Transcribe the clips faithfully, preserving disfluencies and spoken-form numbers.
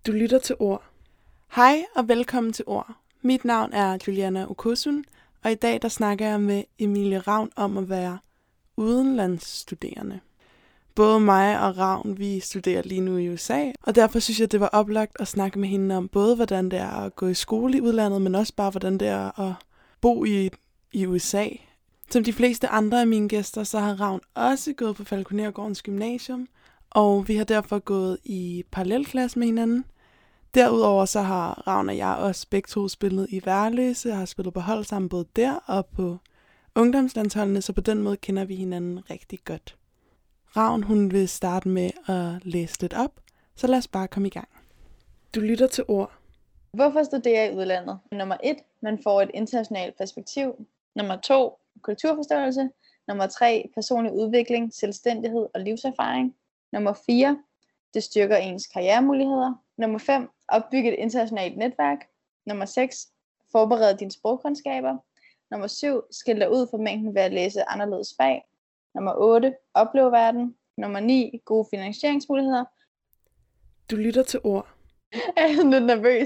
Du lytter til Ord. Hej og velkommen til Ord. Mit navn er Juliana Okosun, og i dag der snakker jeg med Emilie Ravn om at være udenlandsstuderende. Både mig og Ravn, vi studerer lige nu i U S A, og derfor synes jeg, det var oplagt at snakke med hende om både, hvordan det er at gå i skole i udlandet, men også bare, hvordan det er at bo i, i U S A. Som de fleste andre af mine gæster, så har Ravn også gået på Falkonergårdens Gymnasium, og vi har derfor gået i parallelklasse med hinanden. Derudover så har Ravn og jeg også begge to spillet i Værløse, og har spillet på hold sammen både der og på ungdomslandsholdene, så på den måde kender vi hinanden rigtig godt. Ravn, hun vil starte med at læse lidt op, så lad os bare komme i gang. Du lytter til Ord. Hvorfor studere i udlandet? Nummer et, man får et internationalt perspektiv. Nummer to, kulturforståelse. Nummer tre, personlig udvikling, selvstændighed og livserfaring. Nummer fire, det styrker ens karrieremuligheder. Nummer fem, opbygge et internationalt netværk. Nummer seks, forberede dine sprogkundskaber. Nummer syv, skil dig ud fra mængden ved at læse anderledes fag. Nummer otte, opleve verden. Nummer ni, gode finansieringsmuligheder. Du lytter til Ord. Jeg er sådan lidt nervøs.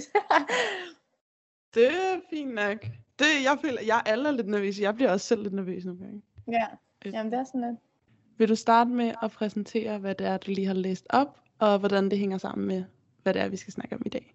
Det er fint nok. Det, jeg føler, jeg er alle lidt nervøs. Jeg bliver også selv lidt nervøs nogle gange. Ja, jamen det er sådan lidt. Vil du starte med at præsentere, hvad det er, du lige har læst op, og hvordan det hænger sammen med, hvad det er, vi skal snakke om i dag?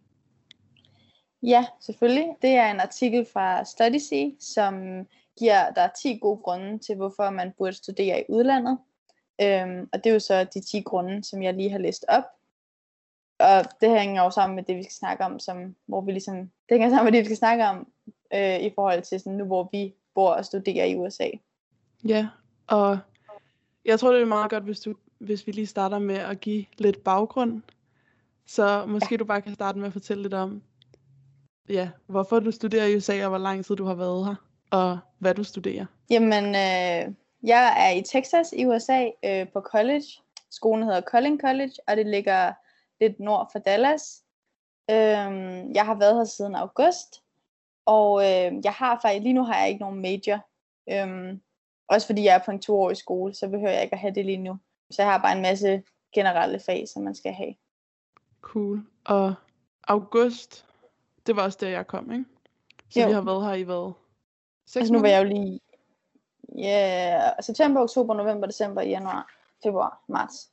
Ja, selvfølgelig. Det er en artikel fra Studiesea, som giver der ti gode grunde til, hvorfor man burde studere i udlandet. Øhm, og det er jo så de ti grunde, som jeg lige har læst op. Og det hænger jo sammen med det, vi skal snakke om, som, hvor vi ligesom, det hænger sammen med det, vi skal snakke om, øh, i forhold til sådan, nu, hvor vi bor og studerer i U S A. Ja, og jeg tror, det er meget godt, hvis, du, hvis vi lige starter med at give lidt baggrund. Så måske ja. Du bare kan starte med at fortælle lidt om, ja, hvorfor du studerer i U S A, og hvor lang tid du har været her, og hvad du studerer. Jamen, øh, jeg er i Texas i U S A øh, på college. Skolen hedder Collin College, og det ligger lidt nord for Dallas. Øh, jeg har været her siden august, og øh, jeg har faktisk, lige nu har jeg ikke nogen major. Øh, også fordi jeg er på en toårig skole, så behøver jeg ikke at have det lige nu. Så jeg har bare en masse generelle fag, som man skal have. Cool. Og august, det var også der, jeg kom, ikke? Så jo. Vi har været her i hvad? Seks altså nu var jeg jo lige... Ja, yeah, september, oktober, november, december, januar, februar, marts.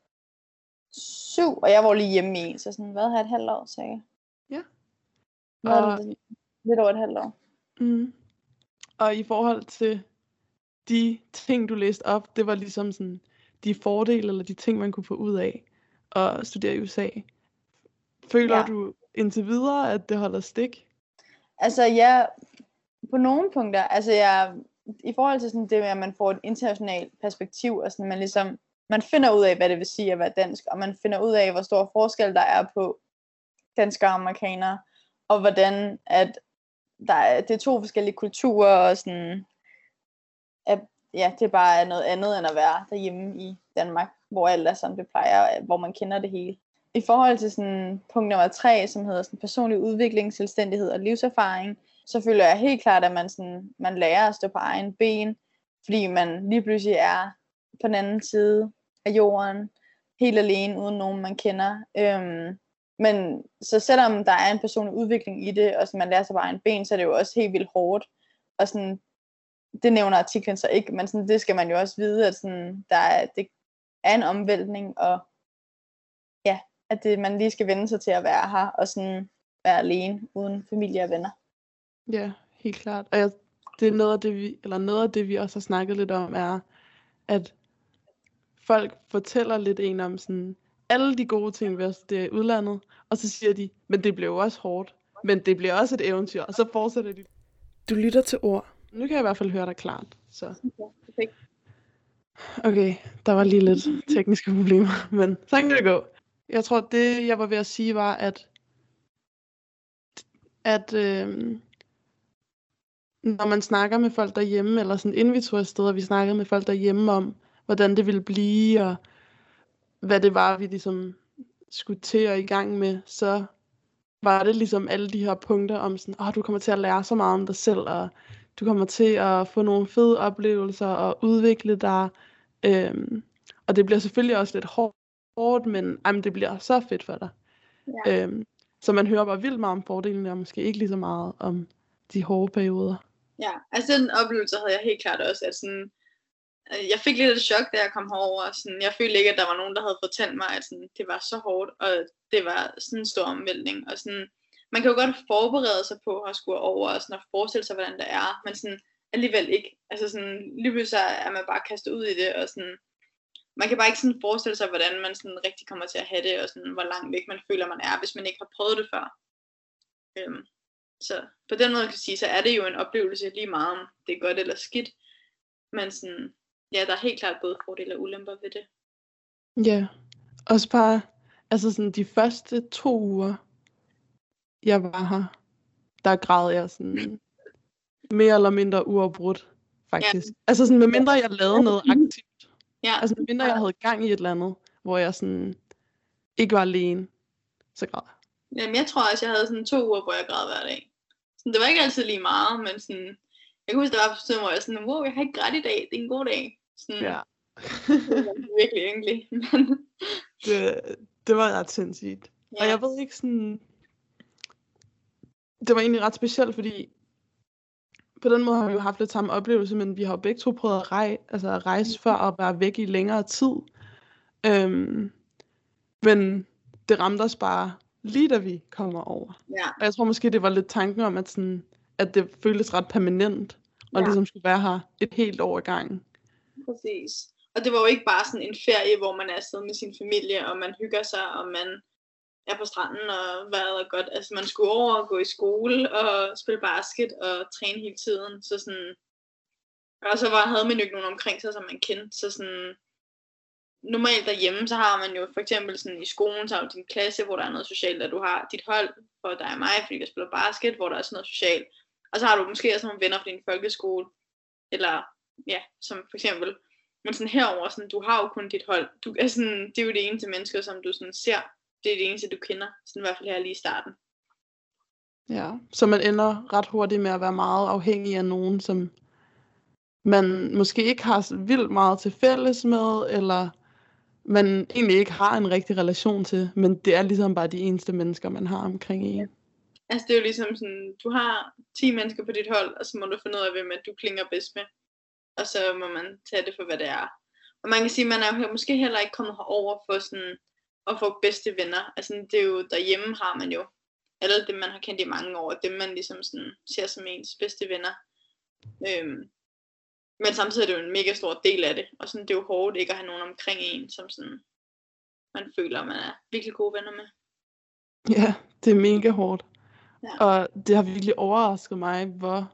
Syv, og jeg var lige hjemme i en, så sådan, hvad har et halvt år, sagde jeg. Ja. Og... Lidt, lidt over et halvt år. Mm. Og i forhold til de ting, du læste op, det var ligesom sådan de fordele, eller de ting, man kunne få ud af at studere i U S A. Føler ja. Du indtil videre, at det holder stik? Altså, ja, på nogle punkter. Altså, jeg, i forhold til sådan det med, at man får et internationalt perspektiv, og sådan, man ligesom, man finder ud af, hvad det vil sige at være dansk, og man finder ud af, hvor stor forskel der er på danskere og amerikanere, og hvordan, at der er, det er to forskellige kulturer, og sådan, at ja, det er bare noget andet, end at være derhjemme i Danmark, hvor alt er som det plejer, hvor man kender det hele. I forhold til sådan punkt nummer tre, som hedder sådan personlig udvikling, selvstændighed og livserfaring, så føler jeg helt klart, at man, sådan, man lærer at stå på egen ben, fordi man lige pludselig er på den anden side af jorden, helt alene, uden nogen man kender. Øhm, men så selvom der er en personlig udvikling i det, og så man lærer sig på egen ben, så er det jo også helt vildt hårdt. Og sådan, det nævner artiklen så ikke, men sådan, det skal man jo også vide, at sådan, der er, det er en omvæltning, og ja, at det, man lige skal vende sig til at være her, og sådan være alene, uden familie og venner. Ja, helt klart. Og jeg, det er noget af det, vi, eller noget af det, vi også har snakket lidt om, er, at folk fortæller lidt en om sådan, alle de gode ting ved at studere i udlandet, og så siger de, men det bliver jo også hårdt, men det bliver også et eventyr, og så fortsætter de. Du lytter til Ord. Nu kan jeg i hvert fald høre dig klart. Så. Okay. Okay, der var lige lidt tekniske problemer, men så kan det gå. Jeg tror, det jeg var ved at sige var, at, at øh, når man snakker med folk derhjemme, eller sådan inden vi tog afsted, og vi snakkede med folk derhjemme om, hvordan det ville blive, og hvad det var, vi ligesom skulle til at i gang med, så var det ligesom alle de her punkter om sådan, åh, du kommer til at lære så meget om dig selv, og du kommer til at få nogle fede oplevelser, og udvikle dig, øhm, og det bliver selvfølgelig også lidt hårdt, men jamen, det bliver så fedt for dig. Ja. Øhm, Så man hører bare vildt meget om fordelene, og måske ikke lige så meget om de hårde perioder. Ja, altså den oplevelse havde jeg helt klart også, at sådan, jeg fik lidt af et chok, da jeg kom herover. Sådan, jeg følte ikke, at der var nogen, der havde fortalt mig, at sådan, det var så hårdt, og det var sådan en stor omvæltning. Og sådan, man kan jo godt forberede sig på at skulle over, og sådan at forestille sig, hvordan det er, men sådan, alligevel ikke. Altså sådan, lige pludselig er man bare kastet ud i det, og sådan, man kan bare ikke sådan forestille sig, hvordan man sådan rigtig kommer til at have det, og sådan, hvor langt væk man føler, man er, hvis man ikke har prøvet det før. Øhm, så på den måde kan jeg sige, så er det jo en oplevelse lige meget, om det er godt eller skidt. Men sådan, ja, der er helt klart både fordele og ulemper ved det. Ja, også bare, altså sådan de første to uger, jeg var her, der græd jeg sådan mere eller mindre uafbrudt, faktisk. Ja. Altså sådan, medmindre jeg lavede noget aktivt. Ja. Altså medmindre jeg havde gang i et eller andet, hvor jeg sådan ikke var alene, så græd jeg. Jamen, jeg tror også, jeg havde sådan to uger, hvor jeg græd hver dag. Sådan, det var ikke altid lige meget, men sådan, jeg kan huske, der var på stedet, hvor jeg sådan, wow, jeg har ikke grædt i dag, det er en god dag. Sådan, ja. Det var virkelig egentlig. det, det var ret sindssygt. Ja. Og jeg ved ikke sådan, det var egentlig ret specielt, fordi på den måde har vi jo haft lidt samme oplevelse, men vi har jo begge to prøvet at rejse, altså at rejse før og være væk i længere tid. Øhm, men det ramte os bare lige da vi kommer over. Ja. Og jeg tror måske, det var lidt tanken om, at, sådan, at det føltes ret permanent, og ja. ligesom skulle være her et helt år i gangen. Præcis. Og det var jo ikke bare sådan en ferie, hvor man er afsted med sin familie, og man hygger sig, og man er på stranden, og vejret er godt. Altså man skulle over og gå i skole, og spille basket, og træne hele tiden. Så sådan, og så var, havde man jo ikke nogen omkring sig, som man kendte. Så sådan, normalt derhjemme, så har man jo for eksempel sådan i skolen, så har du din klasse, hvor der er noget socialt, og du har dit hold, hvor der er mig, fordi jeg spiller basket, hvor der er sådan noget socialt. Og så har du måske også nogle venner fra din folkeskole, eller ja, som for eksempel, men sådan herover, sådan, du har jo kun dit hold. Du er sådan, det er jo det eneste mennesker, som du sådan ser. Det er det eneste, du kender, sådan i hvert fald her lige i starten. Ja, så man ender ret hurtigt med at være meget afhængig af nogen, som man måske ikke har vildt meget til fælles med, eller man egentlig ikke har en rigtig relation til, men det er ligesom bare de eneste mennesker, man har omkring en. Ja. Altså det er jo ligesom sådan, du har ti mennesker på dit hold, og så må du finde ud af, hvem du klinger bedst med. Og så må man tage det for, hvad det er. Og man kan sige, at man er jo måske heller ikke kommet herover for sådan at få bedste venner. Altså det er jo, derhjemme har man jo alle dem, man har kendt i mange år, dem man ligesom sådan ser som ens bedste venner. Øhm, men samtidig er det jo en mega stor del af det. Og sådan, det er jo hårdt ikke at have nogen omkring en, som sådan, man føler, man er virkelig gode venner med. Ja, det er mega hårdt. Ja. Og det har virkelig overrasket mig, hvor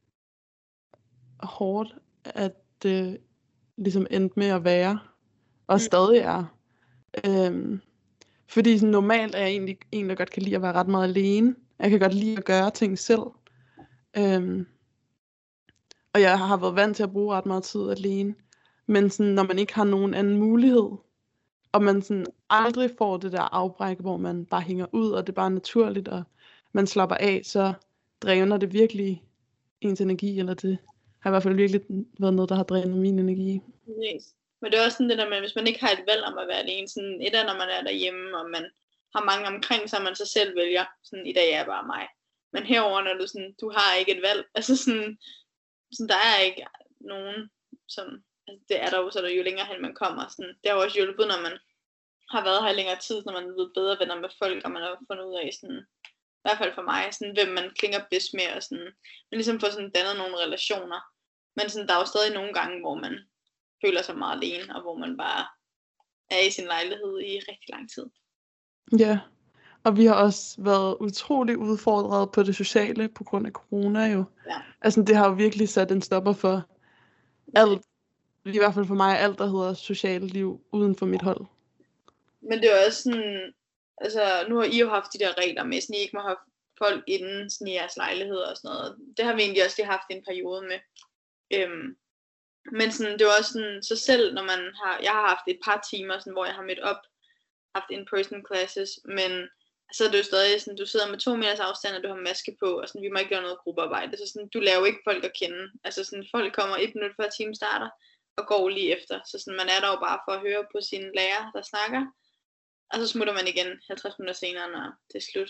hårdt, at det ligesom endte med at være, og mm. stadig er. Øhm, fordi sådan, normalt er jeg egentlig en, der godt kan lide at være ret meget alene. Jeg kan godt lide at gøre ting selv. Øhm, og jeg har været vant til at bruge ret meget tid alene. Men sådan, når man ikke har nogen anden mulighed, og man sådan aldrig får det der afbræk, hvor man bare hænger ud, og det er bare naturligt, og man slapper af, så dræner det virkelig ens energi, eller det har i hvert fald virkelig været noget, der har drænet min energi. Yes. Men det er også sådan det der med, hvis man ikke har et valg om at være alene, sådan et af når man er derhjemme, og man har mange omkring sig, man sig selv vælger, sådan i dag er bare mig. Men herover når du sådan, du har ikke et valg, altså sådan, sådan der er ikke nogen, som, altså det er der jo, så der jo længere hen man kommer, sådan, det har jo også hjulpet, når man har været her i længere tid, når man er blevet bedre venner med folk, og man har fundet ud af sådan, i hvert fald for mig, sådan, hvem man klinger bedst med, og sådan, men ligesom får sådan dannet nogle relationer. Men sådan, der er jo stadig nogle gange, hvor man føler sig meget alene, og hvor man bare er i sin lejlighed i rigtig lang tid. Ja, og vi har også været utrolig udfordret på det sociale, på grund af corona jo. Ja. Altså det har jo virkelig sat en stopper for alt, i hvert fald for mig, alt der hedder socialt liv uden for mit hold. Men det er også sådan, altså nu har I jo haft de der regler med, sådan I ikke må have folk inden sådan i jeres lejligheder og sådan noget. Det har vi egentlig også lige haft en periode med. Øhm, men sådan, det var også sådan, så selv når man har, jeg har haft et par timer, sådan, hvor jeg har mødt op, haft in-person classes, men så er det jo stadig sådan, du sidder med to meters afstand, og du har maske på, og sådan, vi må ikke gøre noget gruppearbejde, så sådan, du lærer jo ikke folk at kende. Altså sådan, folk kommer et minut før timen starter, og går lige efter. Så sådan, man er der jo bare for at høre på sine lærer, der snakker, og så smutter man igen halvtreds minutter senere, når det er slut.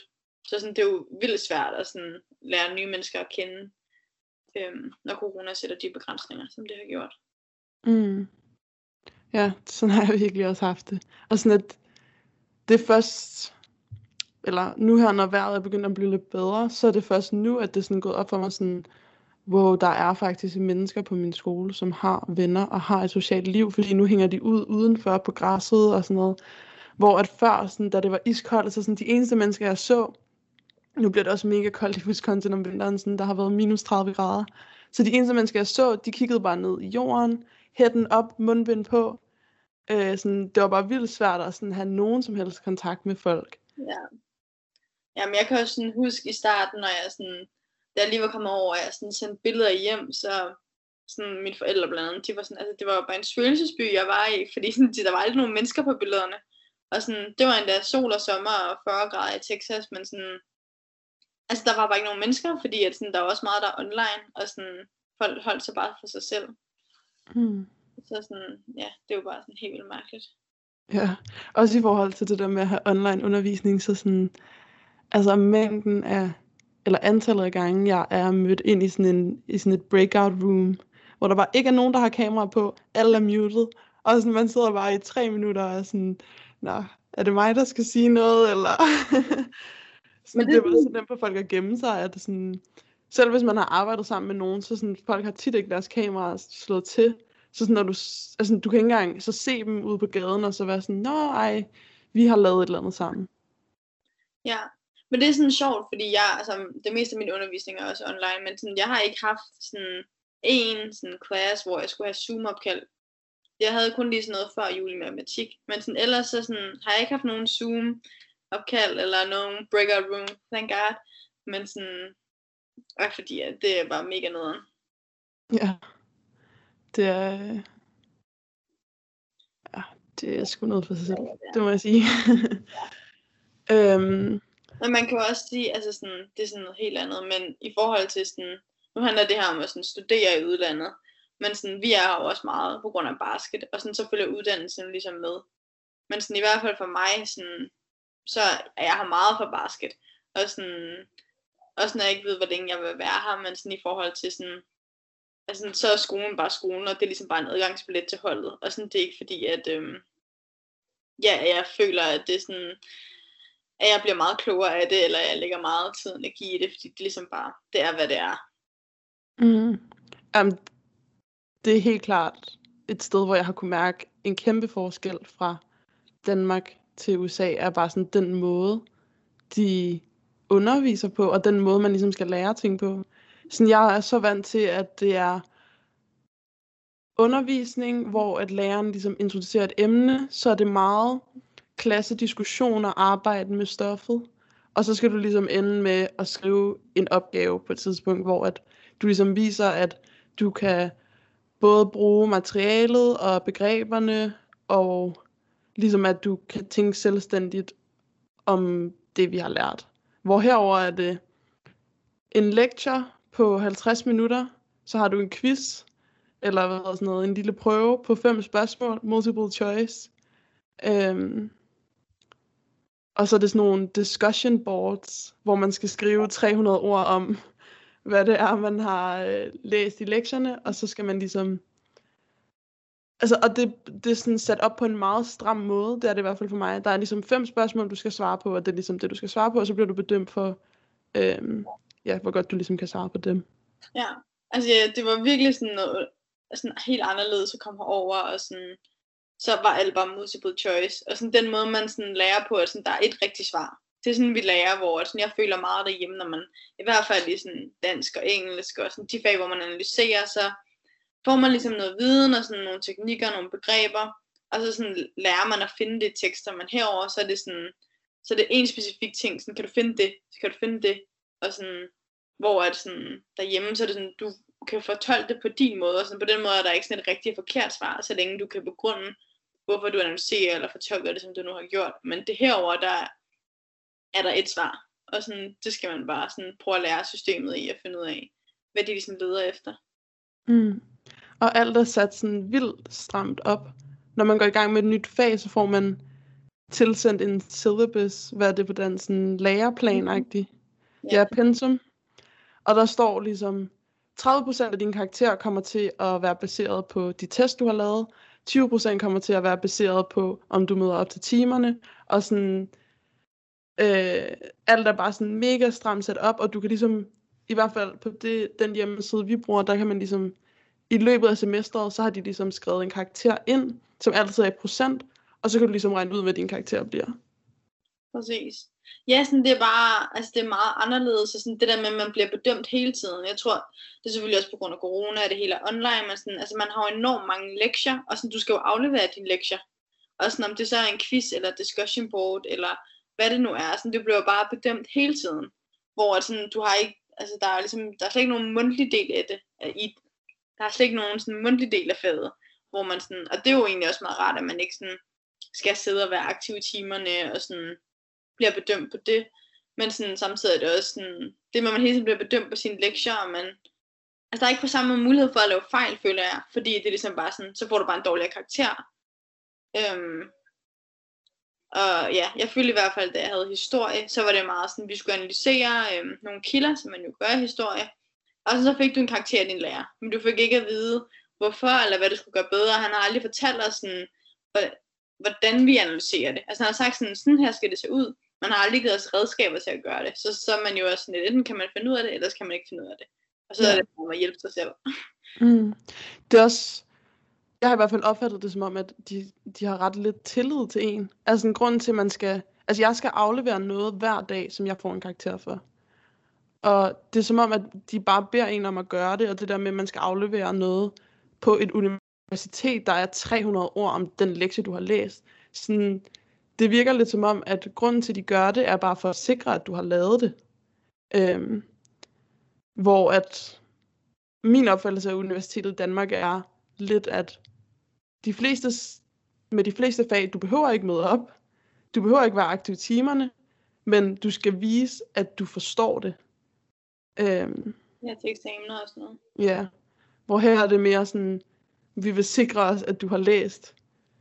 så sådan, det er jo vildt svært at sådan, lære nye mennesker at kende, øhm, når corona sætter de begrænsninger, som det har gjort. Mm. Ja, sådan har jeg virkelig også haft det. Og sådan at det er først, eller nu her, når vejret er begyndt at blive lidt bedre, så er det først nu, at det er sådan gået op for mig sådan, wow, der er faktisk mennesker på min skole, som har venner og har et socialt liv, fordi nu hænger de ud udenfor på græsset og sådan noget. Hvor at før, sådan, da det var iskoldt, så sådan de eneste mennesker, jeg så, nu bliver det også mega koldt i Wisconsin om vinteren, sådan, der har været minus tredive grader. Så de eneste mennesker, jeg så, de kiggede bare ned i jorden, hætten op, mundbind på. Øh, sådan, det var bare vildt svært at sådan, have nogen som helst kontakt med folk. Ja. Jamen, jeg kan også sådan huske i starten, når jeg sådan, da jeg lige var kommet over, og jeg sådan sendte billeder hjem, så sådan mine forældre blandt andet, de var sådan, altså det var bare en spøgelsesby, jeg var i, fordi sådan, der var aldrig nogen mennesker på billederne. Og sådan, det var endda sol og sommer og fyrre grader i Texas, men sådan, altså der var bare ikke nogen mennesker, fordi at sådan, der var også meget der er online, og sådan, folk holdt sig bare for sig selv. Mm. Så sådan, ja, det er jo bare sådan helt vildt mærkeligt. Ja, også i forhold til det der med at have online undervisning, så sådan, altså mængden af, eller antallet af gange, jeg er mødt ind i sådan, en, i sådan et breakout room, hvor der bare ikke er nogen, der har kamera på, alle er muted, og sådan, man sidder bare i tre minutter og er sådan, nå, er det mig, der skal sige noget, eller... sådan, Men det, det- det var så nemt for folk at gemme sig, at det sådan, selv hvis man har arbejdet sammen med nogen, så sådan, folk har tit ikke deres kamera slået til, så sådan, når du, altså, du kan ikke engang så se dem ude på gaden, og så være sådan, nå ej, vi har lavet et eller andet sammen. Ja, men det er sådan sjovt, fordi jeg, altså det meste af min undervisning er også online, men sådan, jeg har ikke haft sådan en sådan class, hvor jeg skulle have Zoom-opkald. Jeg havde kun lige sådan noget før jul i matematik, men sådan, ellers så sådan, har jeg ikke haft nogen Zoom-opkald, eller nogen breakout room, thank god, men sådan, og fordi ja, det er bare mega nederen. Ja, det er, ja, det er sgu noget for sig selv, det må jeg sige. øhm, Men man kan jo også sige, altså sådan, det er sådan noget helt andet, men i forhold til sådan, nu handler det her om at sådan studere i udlandet, men sådan, vi er her jo også meget på grund af basket, og sådan, så følger uddannelsen ligesom med. Men sådan, i hvert fald for mig, sådan, så er jeg her meget for basket, og sådan, også når jeg ikke ved, hvor længe jeg vil være her, men sådan i forhold til sådan, altså sådan, så er skolen bare skolen, og det er ligesom bare en adgangsbillet til holdet, og sådan, det er ikke fordi, at øhm, ja, jeg føler, at det er sådan, at jeg bliver meget klogere af det, eller jeg lægger meget tid og energi i det, fordi det ligesom bare, det er, hvad det er. mm, um, det er helt klart et sted, hvor jeg har kunne mærke en kæmpe forskel fra Danmark til U S A, er bare sådan den måde, de underviser på, og den måde, man ligesom skal lære ting på. Sådan, jeg er så vant til, at det er undervisning, hvor at læreren ligesom introducerer et emne, så er det meget klassediskussion og arbejde med stoffet. Og så skal du ligesom ende med at skrive en opgave på et tidspunkt, hvor at du ligesom viser, at du kan både bruge materialet og begreberne, og ligesom at du kan tænke selvstændigt om det, vi har lært. Hvor herover er det en lecture på halvtreds minutter, så har du en quiz, eller hvad hedder sådan noget, en lille prøve på fem spørgsmål, multiple choice. Øhm, og så er det sådan nogle discussion boards, hvor man skal skrive tre hundrede ord om, hvad det er, man har øh, læst i lektierne, og så skal man ligesom... Altså, og det, det er sådan sat op på en meget stram måde, det er det i hvert fald for mig. Der er ligesom fem spørgsmål, du skal svare på, og det er ligesom det, du skal svare på, og så bliver du bedømt for, øhm, ja, hvor godt du ligesom kan svare på dem. Ja, altså ja, det var virkelig sådan noget sådan helt anderledes at komme herover, og sådan, så var alt bare multiple choice, og sådan den måde, man sådan lærer på, at sådan, der er et rigtigt svar. Det er sådan, vi lærer, hvor at sådan, jeg føler meget derhjemme, når man, i hvert fald i sådan dansk og engelsk, og sådan de fag, hvor man analyserer, så får man ligesom noget viden, og sådan nogle teknikker, nogle begreber, og så sådan lærer man at finde det i tekster, men herover så er det sådan, så er det en specifik ting, sådan, kan du finde det, så kan du finde det, og sådan, hvor at sådan, derhjemme, så er det sådan, du kan fortolke det på din måde, og sådan, på den måde er der ikke sådan et rigtigt forkert svar, så længe du kan begrunde, hvorfor du analyserer eller fortolker det, som du nu har gjort. Men det herover der er der et svar, og sådan, det skal man bare sådan prøve at lære systemet i, at finde ud af, hvad de ligesom leder efter. Mm. Og alt er sat sådan vildt stramt op. Når man går i gang med et nyt fag, så får man tilsendt en syllabus, hvad er det på den, sådan læreplan-agtig, Ja. ja, pensum. Og der står ligesom, tredive procent af dine karakterer kommer til at være baseret på de test, du har lavet. tyve procent kommer til at være baseret på, om du møder op til timerne. Og sådan, øh, alt er bare sådan mega stramt sat op, og du kan ligesom, i hvert fald på det, den hjemmeside, vi bruger, der kan man ligesom, i løbet af semesteret, så har de ligesom skrevet en karakter ind, som altid er i procent, og så kan du ligesom regne ud, hvad din karakter bliver. Præcis. Ja, sådan det er bare, altså det er meget anderledes, og sådan det der med, at man bliver bedømt hele tiden. Jeg tror, det er selvfølgelig også på grund af corona, at det hele er online, men sådan, altså man har jo enormt mange lektier, og sådan, du skal jo aflevere dine lektier. Og sådan, om det så er en quiz, eller discussion board, eller hvad det nu er, sådan, det bliver jo bare bedømt hele tiden. Hvor at sådan, du har ikke, altså der er ligesom, der er slet ikke nogen mundtlig del af det, i, der er slet ikke nogen sådan mundtlig del af faget, hvor man sådan, og det er jo egentlig også meget rart, at man ikke sådan skal sidde og være aktiv i timerne, og sådan bliver bedømt på det, men sådan, samtidig er det også sådan, det med, at man hele tiden bliver bedømt på sine lektier, og man, altså der er ikke på samme måde mulighed for at lave fejl, føler jeg, fordi det er ligesom bare sådan, så får du bare en dårligere karakter. Øhm, og ja, jeg følte i hvert fald, da jeg havde historie, så var det meget sådan, vi skulle analysere øhm, nogle kilder, som man jo gør i historie, og så, så fik du en karakter af din lærer, men du fik ikke at vide, hvorfor, eller hvad du skulle gøre bedre. Han har aldrig fortalt os sådan, hvordan vi analyserer det. Altså han har sagt sådan, sådan her skal det se ud. Man har aldrig givet os redskaber til at gøre det. Så, så er man jo også sådan lidt, enten kan man finde ud af det, ellers kan man ikke finde ud af det. Og så ja. Er det om at hjælpe sig selv. Mm. Det er også, jeg har i hvert fald opfattet det som om, at de, de har ret lidt tillid til en. Altså en grund til, at man skal, altså jeg skal aflevere noget hver dag, som jeg får en karakter for. Og det er som om, at de bare beder en om at gøre det, og det der med, at man skal aflevere noget på et universitet, der er tre hundrede ord om den lektie, du har læst. Sådan, det virker lidt som om, at grunden til, at de gør det, er bare for at sikre, at du har lavet det. Øhm, hvor at min opfattelse af universitetet i Danmark er lidt, at de fleste, med de fleste fag, du behøver ikke møde op. Du behøver ikke være aktiv i timerne, men du skal vise, at du forstår det. Øhm, ja, til eksamener og sådan noget. Ja, hvor her er det mere sådan, vi vil sikre os, at du har læst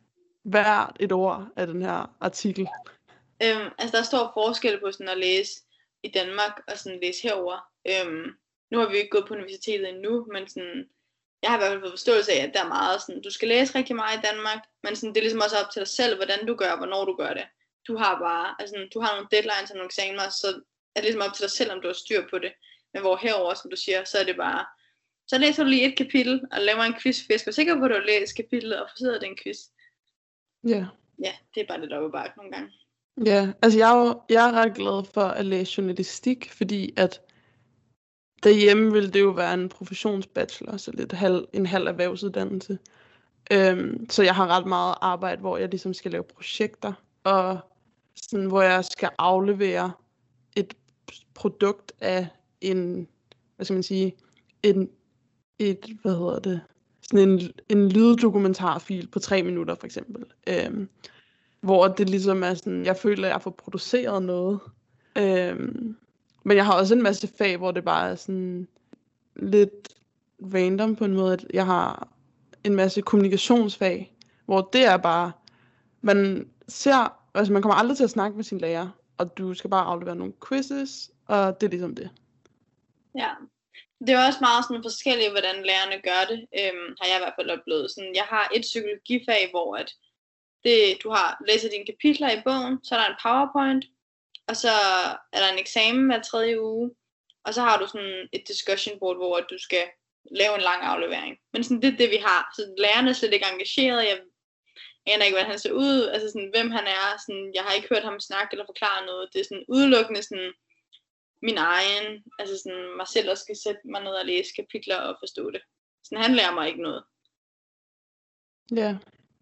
hvert et ord af den her artikel. Øhm, altså der står forskel på sådan at læse i Danmark og sådan læse herover. Øhm, nu har vi ikke gået på universitetet endnu, men sådan, jeg har i hvert fald fået forståelse af, at der er meget sådan, du skal læse rigtig meget i Danmark, men sådan, det er ligesom også op til dig selv, hvordan du gør, hvornår du gør det. Du har bare, altså du har nogle deadlines og nogle eksamener, så er det ligesom op til dig selv, om du har styr på det. Men hvor herover, som du siger, så er det bare, så læser du lige et kapitel og laver en quiz, for jeg skal være sikker på, at du har læst kapitlet og forsøger den quiz. Ja. Ja, det er bare lidt op ad bakke nogle gange. Ja, altså jeg er, jo, jeg er ret glad for at læse journalistik, fordi at derhjemme ville det jo være en professionsbachelor, så lidt halv, en halv erhvervsuddannelse. Øhm, så jeg har ret meget arbejde, hvor jeg ligesom skal lave projekter, og sådan, hvor jeg skal aflevere et produkt af en, hvad skal man sige, en, et, hvad hedder det, sådan en, en lyddokumentarfil på tre minutter for eksempel. Øhm, hvor det ligesom er sådan, jeg føler, at jeg får produceret noget. Øhm, men jeg har også en masse fag, hvor det bare er sådan lidt random på en måde, at jeg har en masse kommunikationsfag, hvor det er bare, man ser, altså man kommer aldrig til at snakke med sin lærer, og du skal bare aflevere nogle quizzes, og det er ligesom det. Ja, det er også meget sådan forskelligt, hvordan lærerne gør det, øhm, har jeg i hvert fald oplevet. Sådan, jeg har et psykologifag, hvor at det, du har læser dine kapitler i bogen, så er der en PowerPoint, og så er der en eksamen hver tredje uge, og så har du sådan et discussion board, hvor du skal lave en lang aflevering. Men sådan, det er det, vi har. Så lærerne er slet ikke engageret. Jeg aner ikke, hvordan han ser ud, altså sådan, hvem han er. Sådan, jeg har ikke hørt ham snakke eller forklare noget. Det er sådan udelukkende sådan, min egen, altså sådan, mig selv, der skal sætte mig ned og læse kapitler og forstå det. Sådan, han lærer mig ikke noget. Ja.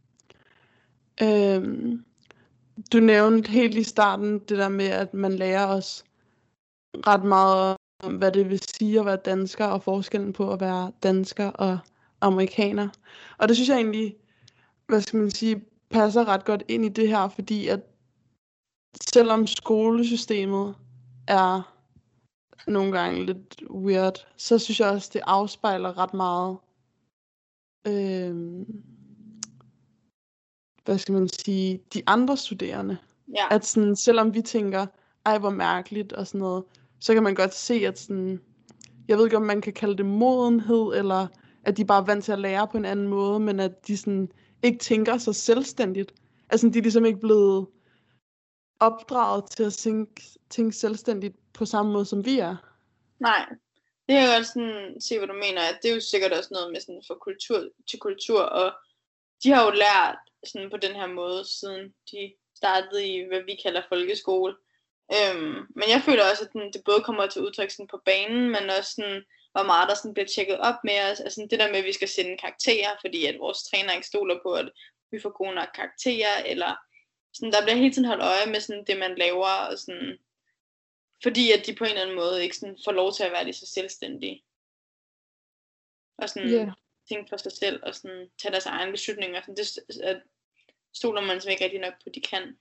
Øhm, du nævnte helt i starten det der med, at man lærer os ret meget om, hvad det vil sige at være dansker, og forskellen på at være dansker og amerikaner. Og det synes jeg egentlig, hvad skal man sige, passer ret godt ind i det her, fordi at selvom skolesystemet er nogle gange lidt weird, så synes jeg også, det afspejler ret meget, øh, hvad skal man sige, de andre studerende. Ja, At sådan, selvom vi tænker, ej hvor mærkeligt og sådan noget, så kan man godt se, at sådan, jeg ved ikke om man kan kalde det modenhed, eller at de bare er vant til at lære på en anden måde, men at de sådan ikke tænker så selvstændigt. Altså de er ligesom ikke blevet opdraget til at tænke, tænke selvstændigt på samme måde, som vi er. nej. Det kan jeg godt sådan se, hvad du mener. At det er jo sikkert også noget med sådan fra kultur til kultur, og de har jo lært sådan på den her måde, siden de startede i, hvad vi kalder folkeskole. Øhm, men jeg føler også, at den, det både kommer til udtryk sådan på banen, men også sådan, hvor meget der sådan bliver tjekket op med os. Altså det der med, at vi skal sende karakterer, fordi at vores træner ikke stoler på, at vi får gode nok karakterer, eller sådan, der bliver hele tiden holdt øje med sådan, det, man laver, og sådan, fordi at de på en eller anden måde ikke sådan, får lov til at være lige så selvstændige. Og sådan Yeah. tænke for sig selv, og sådan, tage deres egne beslutninger. Sådan, det at stoler man simpelthen ikke rigtig nok på, de kan.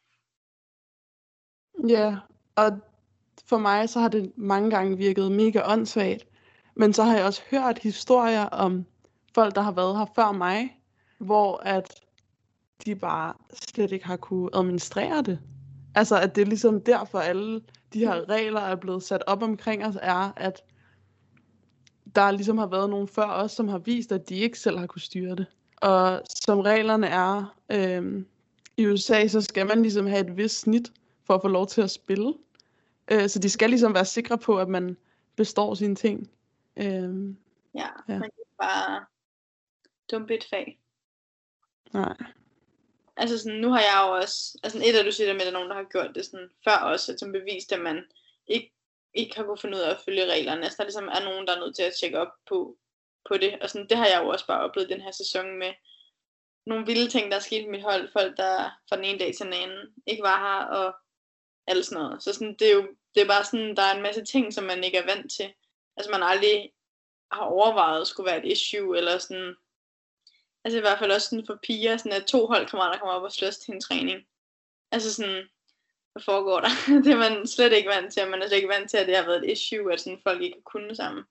Ja, og for mig så har det mange gange virket mega åndssvagt. Men så har jeg også hørt historier om folk, der har været her før mig, hvor at de bare slet ikke har kunne administrere det. Altså at det er ligesom derfor alle de her regler er blevet sat op omkring os, er at der ligesom har været nogen før os, som har vist, at de ikke selv har kunne styre det. Og som reglerne er øhm, i U S A, så skal man ligesom have et vist snit for at få lov til at spille. Øh, så de skal ligesom være sikre på, at man består sine ting. Øhm, Ja, Ja. man kan bare dumpe et fag. nej. Altså sådan, nu har jeg jo også, altså et af du siger, med, at der er nogen, der har gjort det sådan før også, at som bevist, at man ikke, ikke har kunnet finde ud af at følge reglerne. Altså der ligesom er nogen, der er nødt til at tjekke op på, på det. Og sådan, det har jeg jo også bare oplevet den her sæson med nogle vilde ting, der er sket i mit hold. Folk, der fra den ene dag til den anden ikke var her, og alt sådan noget. Så sådan, det er jo det er bare sådan, der er en masse ting, som man ikke er vant til. Altså man aldrig har overvejet, at skulle være et issue, eller sådan. Altså i hvert fald også sådan for piger, sådan at to holdkammerater kommer op og slås til en træning. Altså sådan, hvad foregår der? Det er man slet ikke vant til, man er slet ikke vant til, at det har været et issue, at sådan folk ikke har kunnet sammen.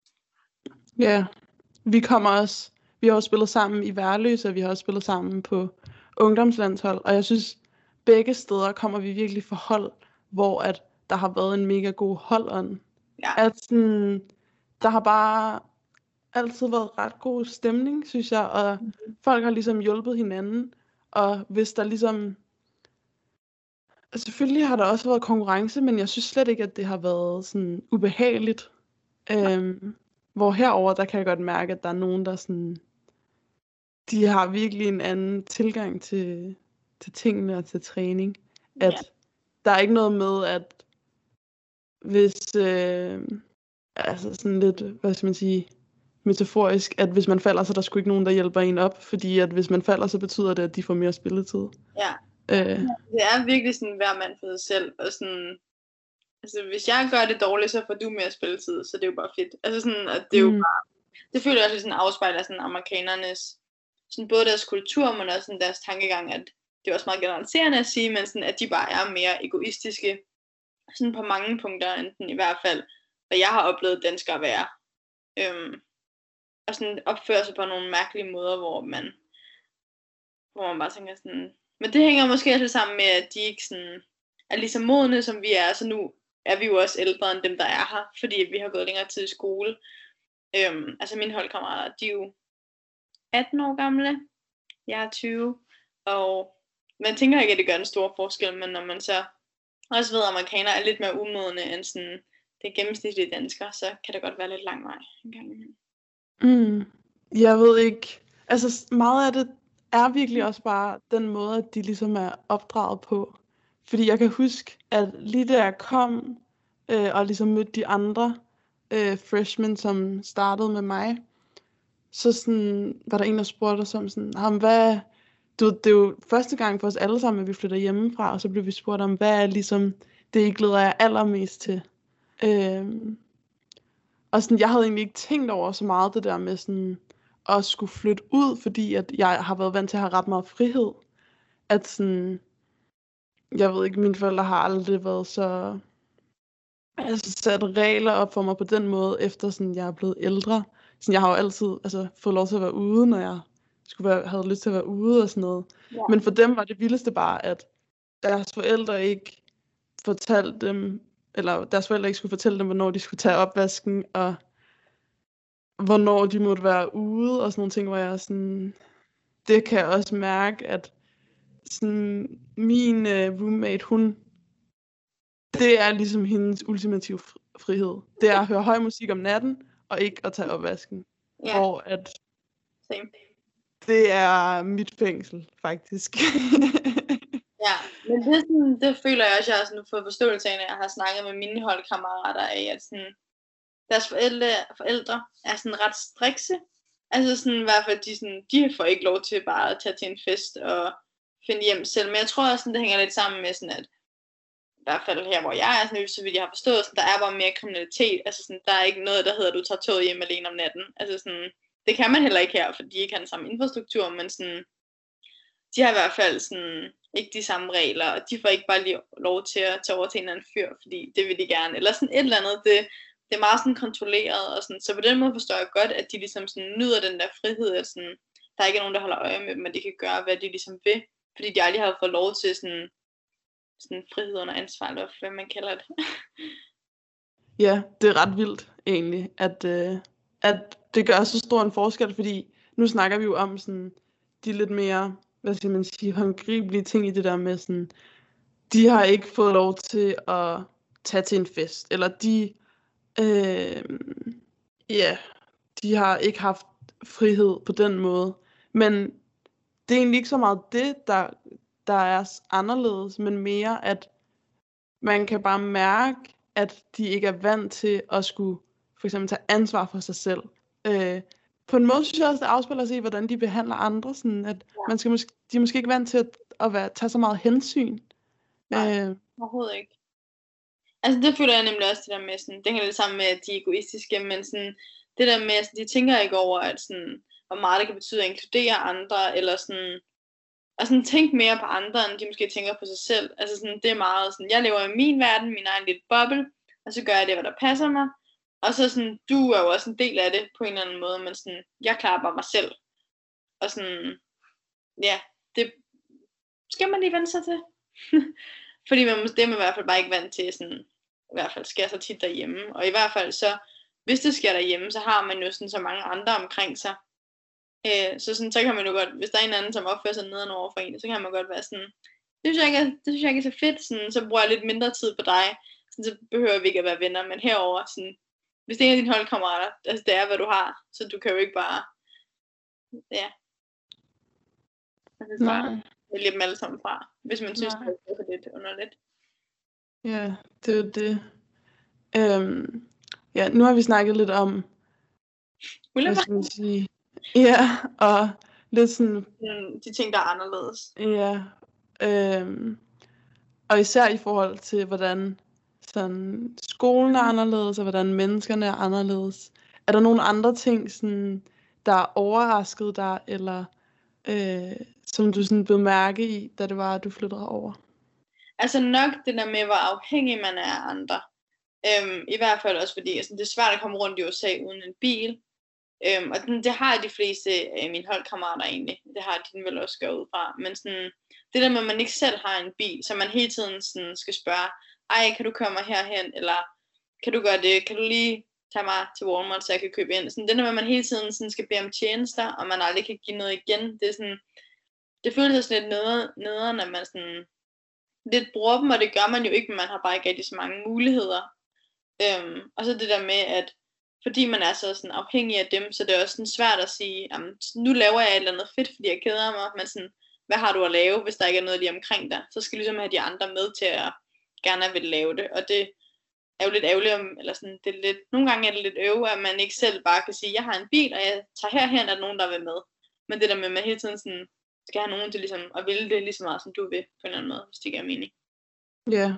Ja, vi kommer også, vi har også spillet sammen i Værløse, og vi har også spillet sammen på ungdomslandshold, og jeg synes, begge steder kommer vi virkelig for hold, hvor at der har været en mega god holdånd. Ja. At sådan, der har bare altid været ret god stemning, synes jeg, og mm-hmm. folk har ligesom hjulpet hinanden, og hvis der ligesom, selvfølgelig har der også været konkurrence, men jeg synes slet ikke, at det har været sådan ubehageligt. Øhm, hvor herover der kan jeg godt mærke, at der er nogen, der sådan, de har virkelig en anden tilgang til, til tingene og til træning. At Ja. der er ikke noget med, at hvis, øh, altså sådan lidt, hvad skal man sige, metaforisk, at hvis man falder, så er der sgu ikke nogen, der hjælper en op, fordi at hvis man falder, så betyder det, at de får mere spilletid. Ja. Øh, Det er virkelig sådan hver mand for sig selv, og sådan, altså hvis jeg gør det dårligt, så får du mere spilletid, så det er jo bare fedt. Altså sådan, at det er jo Mm. bare, det føler jeg også sådan afspejler sådan amerikanernes, sådan både deres kultur, men også sådan deres tankegang, at det er også meget generaliserende at sige, men sådan, at de bare er mere egoistiske, sådan på mange punkter, enten i hvert fald, hvad jeg har oplevet danskere være. Øhm, og sådan opfører sig på nogle mærkelige måder, hvor man, hvor man bare tænker sådan, men det hænger måske også sammen med, at de ikke sådan er lige så modne, som vi er, så nu er vi jo også ældre end dem, der er her, fordi vi har gået længere tid i skole. Øhm, altså mine holdkammerater, de er jo atten år gamle, jeg er tyve, og man tænker ikke, at det gør en stor forskel, men når man så også ved, at amerikanere er lidt mere umodne end sådan det gennemsnitlige danskere, så kan det godt være lidt lang vej en gang imellem. Mm. Jeg ved ikke, altså meget af det er virkelig også bare den måde, at de ligesom er opdraget på. Fordi jeg kan huske, at lige da jeg kom øh, og ligesom mødte de andre øh, freshmen, som startede med mig, så sådan, var der en, der spurgte os om sådan, ham, hvad, du, det er jo første gang for os alle sammen, at vi flytter hjemmefra, og så blev vi spurgt om, hvad er ligesom det, I glæder jer allermest til. Øhm, og sådan, jeg havde egentlig ikke tænkt over så meget det der med sådan, at skulle flytte ud, fordi at jeg har været vant til at have ret meget frihed. At sådan, jeg ved ikke, mine forældre har aldrig været så, altså sat regler op for mig på den måde, efter sådan, jeg er blevet ældre. Sådan, jeg har jo altid altså, fået lov til at være ude, når jeg skulle være, havde lyst til at være ude og sådan noget. Ja. Men for dem var det vildeste bare, at deres forældre ikke fortalte dem, eller deres forældre ikke skulle fortælle dem, hvornår de skulle tage opvasken, og hvornår de måtte være ude, og sådan nogle ting, hvor jeg sådan, det kan jeg også mærke, at sådan, min uh, roommate, hun, det er ligesom hendes ultimative frihed. Det er at høre høj musik om natten, og ikke at tage opvasken. Ja. Hvor at Same. det er mit fængsel, faktisk. Ja, men det, sådan, det føler jeg også, jeg har sådan fået forståelse af, når jeg har snakket med mine holdkammerater af, at sådan, deres forældre, forældre er sådan ret strikse. Altså sådan, i hvert fald, de, sådan, de får ikke lov til bare at tage til en fest og finde hjem selv. Men jeg tror også, sådan, det hænger lidt sammen med, sådan, at i hvert fald her, hvor jeg er, sådan, så vidt jeg har forstået, sådan, der er bare mere kriminalitet. Altså sådan, der er ikke noget, der hedder, at du tager toget hjem alene om natten. Altså sådan, det kan man heller ikke her, fordi de ikke har den samme infrastruktur, men sådan, de har i hvert fald sådan, ikke de samme regler, og de får ikke bare lige lov til at tage over til en eller anden fyr, fordi det vil de gerne. Eller sådan et eller andet, det, det er meget sådan kontrolleret, og sådan, så på den måde forstår jeg godt, at de ligesom sådan nyder den der frihed, at sådan, der er ikke nogen, der holder øje med dem, og de kan gøre, hvad de ligesom vil, fordi de aldrig har fået lov til sådan, sådan frihed under ansvar, eller hvad man kalder det. Ja, det er ret vildt egentlig, at, øh, at det gør så stor en forskel, fordi nu snakker vi jo om sådan, de lidt mere, hvad skal man sige, håndgribelige ting i det der med sådan, de har ikke fået lov til at tage til en fest, eller de, øh, ja, de har ikke haft frihed på den måde, men det er egentlig ikke så meget det, der, der er anderledes, men mere at man kan bare mærke, at de ikke er vant til at skulle for eksempel tage ansvar for sig selv. Øh, på en måde synes jeg også, det afspiller sig i, hvordan de behandler andre. Sådan at ja. man skal måske, de er måske ikke vant til at, at være, tage så meget hensyn. Nej, øh. overhovedet ikke. Altså det føler jeg nemlig også det der med, sådan, det hænger lidt sammen med, at de er egoistiske, men sådan, det der med, at de tænker ikke over, at sådan, hvor meget det kan betyde at inkludere andre, eller sådan, og sådan tænke mere på andre, end de måske tænker på sig selv. Altså sådan, det er meget sådan, jeg lever i min verden, min egen lille boble, og så gør jeg det, hvad der passer mig. Og så sådan, du er jo også en del af det, på en eller anden måde, men sådan, jeg klarer bare mig selv. Og sådan, ja, det skal man lige vende sig til. Fordi man, det er man i hvert fald bare ikke vant til, sådan, i hvert fald sker så tit derhjemme. Og i hvert fald så, hvis det sker derhjemme, så har man jo sådan så mange andre omkring sig. Øh, så, sådan, så kan man jo godt, hvis der er en anden, som opfører sig neden over for en, så kan man godt være sådan, det synes jeg ikke er, det synes jeg ikke er så fedt, sådan, så bruger jeg lidt mindre tid på dig, sådan, så behøver vi ikke at være venner, men herover sådan, hvis det er en af dine holdkammerater, altså det er hvad du har, så du kan jo ikke bare, ja, altså, så vælge dem alle sammen fra, hvis man synes, Nej. det er lidt underligt. Ja, det er jo det. Øhm, ja, nu har vi snakket lidt om, hvad skal man sige, ja, og lidt sådan, de ting, der er anderledes. Ja, øhm, og især i forhold til, hvordan sådan, skolen er anderledes, og hvordan menneskerne er anderledes. Er der nogle andre ting, sådan, der overraskede dig, eller øh, som du sådan blev mærke i, da det var, at du flyttede over? Altså nok det der med, hvor afhængig man er af andre. Øhm, I hvert fald også fordi, altså, det er svært at komme rundt i U S A uden en bil. Øhm, og den, det har de fleste af mine holdkammerater egentlig. Det har de vel også gået ud fra. Men sådan, det der med, at man ikke selv har en bil, så man hele tiden sådan skal spørge, ej, kan du køre mig herhen? Eller kan du gøre det? Kan du lige tage mig til Walmart, så jeg kan købe ind? Sådan, det der med, at man hele tiden sådan skal bede om tjenester, og man aldrig kan give noget igen. Det er sådan, det føles sådan lidt nederen, at man sådan lidt bruger dem, og det gør man jo ikke, men man har bare ikke rigtig så mange muligheder. Øhm, og så det der med, at fordi man er så sådan afhængig af dem, så det er også sådan svært at sige, jamen, nu laver jeg et eller andet fedt, fordi jeg keder mig, men sådan, hvad har du at lave, hvis der ikke er noget lige omkring dig? Så skal du ligesom have de andre med til at gerne vil lave det, og det er jo lidt ærgerligt, om, eller sådan, det er lidt, nogle gange er det lidt øve, at man ikke selv bare kan sige, jeg har en bil, og jeg tager herhen, er der nogen, der vil med. Men det der med, at man hele tiden sådan, skal have nogen til ligesom, at ville det lige så meget, som du vil, på en eller anden måde, hvis det ikke er mening. Ja.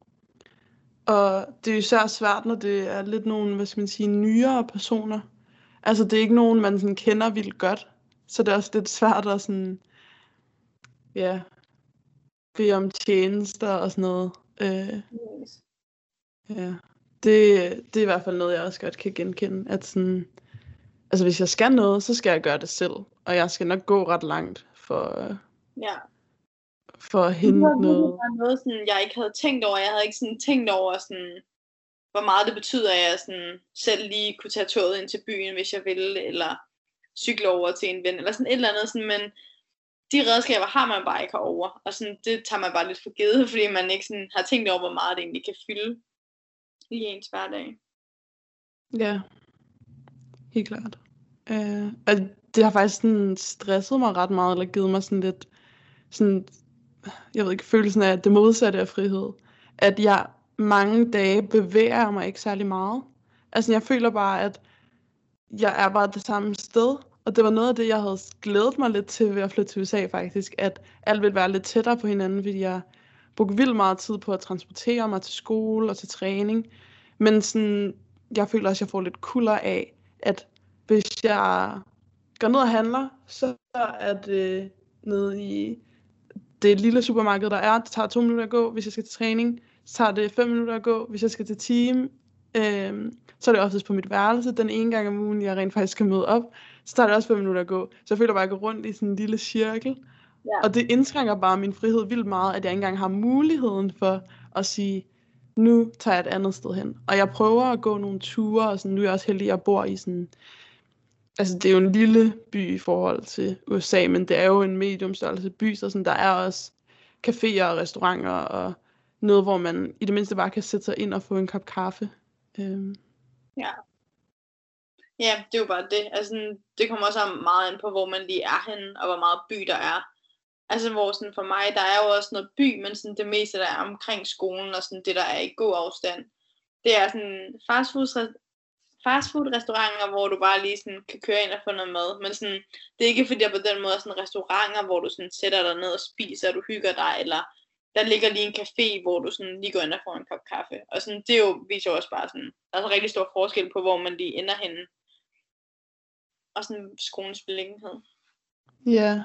Og det er jo især svært, når det er lidt nogle, hvad skal man sige, nyere personer. Altså det er ikke nogen, man sådan kender vildt godt. Så det er også lidt svært at sådan, ja, bede om tjenester og sådan noget. Øh, Yes. ja, det, det er i hvert fald noget, jeg også godt kan genkende. At sådan, altså hvis jeg skal noget, så skal jeg gøre det selv. Og jeg skal nok gå ret langt for, øh, Ja. for at Det var hente virkelig noget. bare noget, sådan, jeg ikke havde tænkt over. Jeg havde ikke sådan tænkt over, sådan, hvor meget det betyder, at jeg sådan, selv lige kunne tage toget ind til byen, hvis jeg ville, eller cykle over til en ven, eller sådan et eller andet. Sådan, men de redskaber har man bare ikke herovre, og sådan, det tager man bare lidt for givet, fordi man ikke sådan, har tænkt over, hvor meget det egentlig kan fylde i ens hverdag. Ja, helt klart. Øh, og det har faktisk sådan stresset mig ret meget, eller givet mig sådan lidt, sådan, jeg ved ikke, følelsen af det modsatte af frihed. At jeg mange dage bevæger mig ikke særlig meget. Altså jeg føler bare, at jeg er bare det samme sted. Og det var noget af det, jeg havde glædet mig lidt til ved at flytte til U S A faktisk. At alt ville være lidt tættere på hinanden, fordi jeg brugte vildt meget tid på at transportere mig til skole og til træning. Men sådan, jeg føler også, at jeg får lidt kulder af, at hvis jeg går ned og handler, så er det nede i det lille supermarked, der er. Det tager to minutter at gå, hvis jeg skal til træning. Så tager det fem minutter at gå, hvis jeg skal til team. Øhm, så er det oftest på mit værelse. Den ene gang om ugen, jeg rent faktisk skal møde op, så tager det også fem minutter at gå. Så jeg føler bare, at jeg går rundt i sådan en lille cirkel. Ja. Og det indskrænker bare min frihed vildt meget, at jeg ikke engang har muligheden for at sige, nu tager jeg et andet sted hen. Og jeg prøver at gå nogle ture, og sådan, nu er jeg også heldig, at jeg bor i sådan, altså det er jo en lille by i forhold til U S A, men det er jo en mediumstørrelse by, så sådan, der er også caféer og restauranter, og noget, hvor man i det mindste bare kan sætte sig ind og få en kop kaffe. Øhm. Ja. Ja, det er jo bare det. Altså, det kommer også meget an på, hvor man lige er henne, og hvor meget by der er. Altså, hvor sådan for mig, der er jo også noget by, men sådan det meste, der er omkring skolen, og sådan det, der er i god afstand, det er sådan fastfood fastfood-restauranter, hvor du bare lige sådan kan køre ind og få noget mad. Men sådan, det er ikke fordi, der på den måde er sådan restauranter, hvor du sådan sætter dig ned og spiser, og du hygger dig, eller der ligger lige en café, hvor du sådan lige går ind og får en kop kaffe. Og sådan, det er jo, viser også bare sådan, der er så rigtig stor forskel på, hvor man lige ender henne. Og sådan skolens beliggenhed. Ja.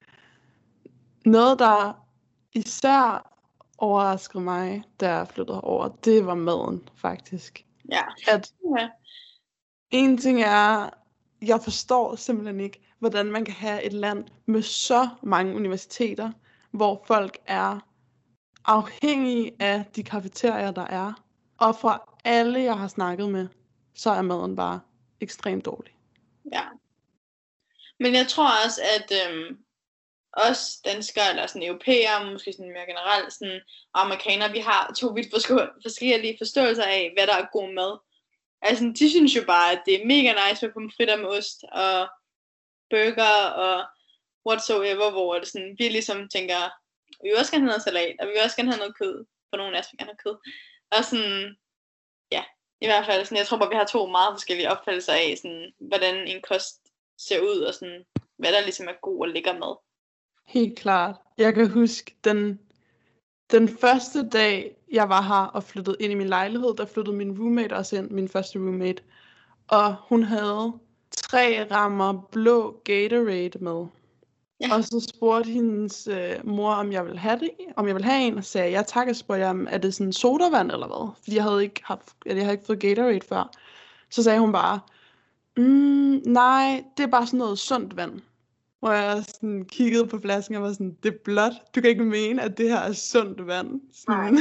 Noget, der især overraskede mig, da jeg flyttede over, det var maden, faktisk. Ja. At Ja. en ting er, jeg forstår simpelthen ikke, hvordan man kan have et land med så mange universiteter, hvor folk er afhængige af de kafeterier, der er. Og fra alle, jeg har snakket med, så er maden bare ekstremt dårlig. Ja. Men jeg tror også, at øhm, os danskere, eller sådan europæere, måske sådan mere generelt, sådan amerikanere, vi har to vidt forskellige forståelser af, hvad der er god mad. Altså, de synes jo bare, at det er mega nice med pomfritter med ost, og burger, og whatsoever, hvor det sådan, vi ligesom tænker, vi vil også gerne have noget salat, og vi vil også gerne have noget kød, for nogle af os vil gerne have kød. Og sådan, ja, i hvert fald, sådan, jeg tror bare, vi har to meget forskellige opfattelser af, sådan, hvordan en kost ser ud, og sådan, hvad der ligesom er god og lækker mad. Helt klart. Jeg kan huske, den, den første dag, jeg var her og flyttede ind i min lejlighed, der flyttede min roommate også ind, min første roommate. Og hun havde tre rammer blå Gatorade med. Ja. Og så spurgte hendes øh, mor, om jeg ville have det, om jeg ville have en, og sagde, ja tak, og spurgte jeg, er det sådan sodavand eller hvad? Fordi jeg havde ikke haft, jeg havde ikke fået Gatorade før. Så sagde hun bare, mm, nej, det er bare sådan noget sundt vand. Hvor jeg sådan kiggede på flasken og var sådan, det er blåt. Du kan ikke mene, at det her er sundt vand. Sådan.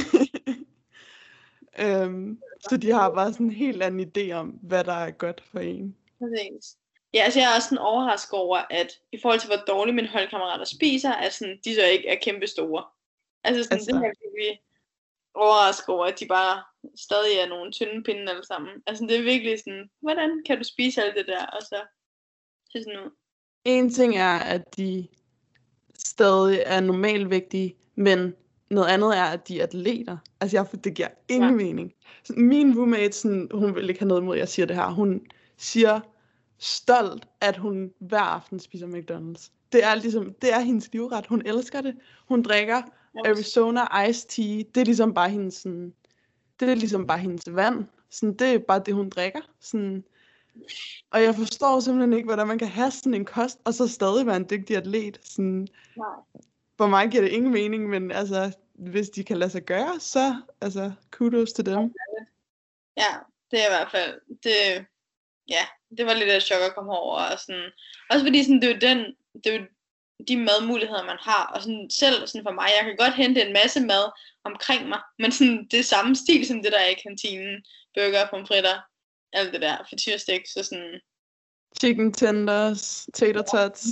øhm, så de har bare sådan en helt anden idé om, hvad der er godt for en. Præcis. Ja, altså jeg er også sådan overrasket over, at i forhold til, hvor dårligt mine holdkammerater spiser, at sådan, de så ikke er kæmpe store. Altså sådan, altså. Det er virkelig overrasket over, at de bare stadig er nogle tynde pinde alle sammen. Altså det er virkelig sådan, hvordan kan du spise alt det der, og så se sådan ud. En ting er, at de stadig er normalvægtige, men noget andet er, at de er atleter. Altså jeg, det giver ingen ja. mening. Så min roommate, sådan, hun vil ikke have noget imod, at jeg siger det her, hun siger stolt, at hun hver aften spiser McDonald's. Det er ligesom, det er hendes livret. Hun elsker det. Hun drikker Arizona Iced Tea. Det er ligesom bare hendes, sådan, det er ligesom bare hendes vand. Sådan, det er bare det, hun drikker. Sådan, og jeg forstår simpelthen ikke, hvordan man kan have sådan en kost, og så stadig være en dygtig atlet. Sådan, for mig giver det ingen mening, men altså, hvis de kan lade sig gøre, så altså, kudos til dem. Ja, det er i hvert fald, det, ja, det var lidt af et chok at komme over. Og sådan, også fordi sådan, det er jo den, det er jo de madmuligheder, man har. Og sådan, selv sådan for mig, jeg kan godt hente en masse mad omkring mig, men sådan, det er samme stil som det der er i kantinen. Burger, pomfritter, alt det der, frityrstik, så sådan... Chicken tenders, tater tots.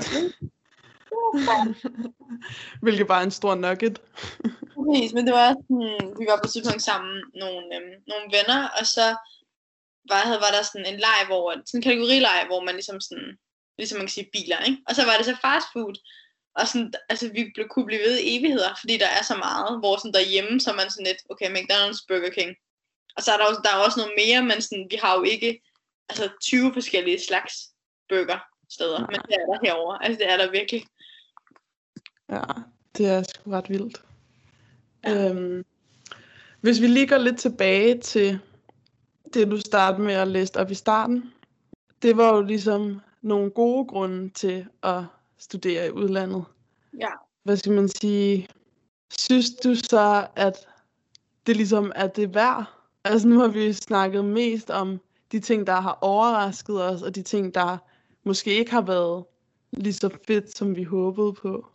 Hvilket bare er en stor nugget. Præcis, men det var sådan, vi var på tidspunkt sammen nogle, øhm, nogle venner, og så var, var der sådan en leg, hvor, sådan en kategorileg, hvor man ligesom sådan, ligesom man kan sige biler, ikke? Og så var det så fast food, og sådan, altså vi blev, kunne blive ved i evigheder, fordi der er så meget, hvor sådan derhjemme, så er man sådan lidt, okay, McDonald's, Burger King, og så er der, også, der er også noget mere, men sådan, vi har jo ikke, altså tyve forskellige slags burgersteder, men det er der herovre, altså det er der virkelig. Ja, det er sgu ret vildt. Ja. Øhm, hvis vi lige går lidt tilbage til det, du startede med at læse op i starten. Det var jo ligesom nogle gode grunde til at studere i udlandet. Ja. Hvad skal man sige? Synes du så, at det ligesom er det værd? Altså nu har vi snakket mest om de ting, der har overrasket os, og de ting, der måske ikke har været lige så fedt, som vi håbede på.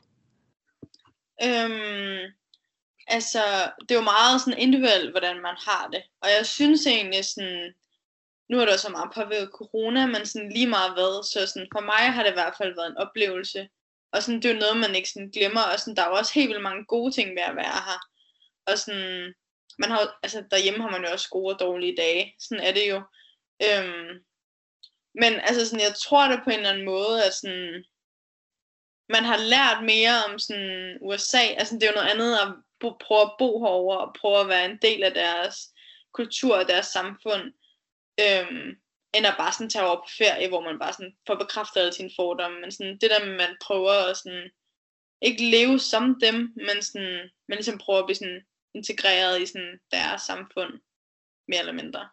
Øhm, altså, det er jo meget sådan individuelt, hvordan man har det. Og jeg synes egentlig sådan, nu er der så meget påvirket corona, men sådan lige meget hvad, så sådan for mig har det i hvert fald været en oplevelse. Og sådan, det er jo noget, man ikke sådan glemmer, og sådan, der er jo også helt vildt mange gode ting ved at være her. Og sådan, man har, altså derhjemme har man jo også gode og dårlige dage, sådan er det jo. Øhm, men altså sådan, jeg tror det på en eller anden måde, at sådan, man har lært mere om sådan U S A, altså det er jo noget andet at bo, prøve at bo herovre, og prøve at være en del af deres kultur og deres samfund, øhm, end at bare sådan tage over på ferie, hvor man bare sådan får bekræftet alle sine fordomme, men sådan det der med, man prøver at sådan, ikke leve som dem, men sådan, man ligesom prøver at blive sådan integreret i sådan deres samfund, mere eller mindre.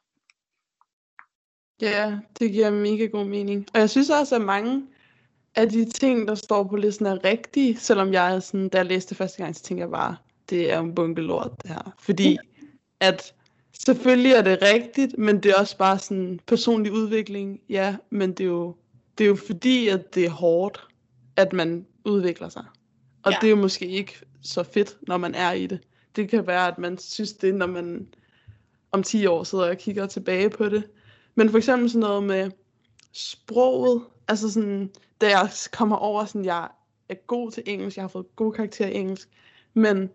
Ja, det giver mega god mening. Og jeg synes også, at mange af de ting, der står på listen, er rigtige, selvom jeg sådan, da jeg læste det første gang, så tænkte jeg bare, det er en bunke lort, det her. Fordi at selvfølgelig er det rigtigt, men det er også bare sådan personlig udvikling, ja, men det er jo, det er jo fordi, at det er hårdt, at man udvikler sig. Og ja. Det er jo måske ikke så fedt, når man er i det. Det kan være, at man synes det, når man om ti år sidder og kigger tilbage på det. Men for eksempel sådan noget med sproget, altså sådan, da jeg kommer over, sådan, jeg er god til engelsk, jeg har fået gode karakterer i engelsk, men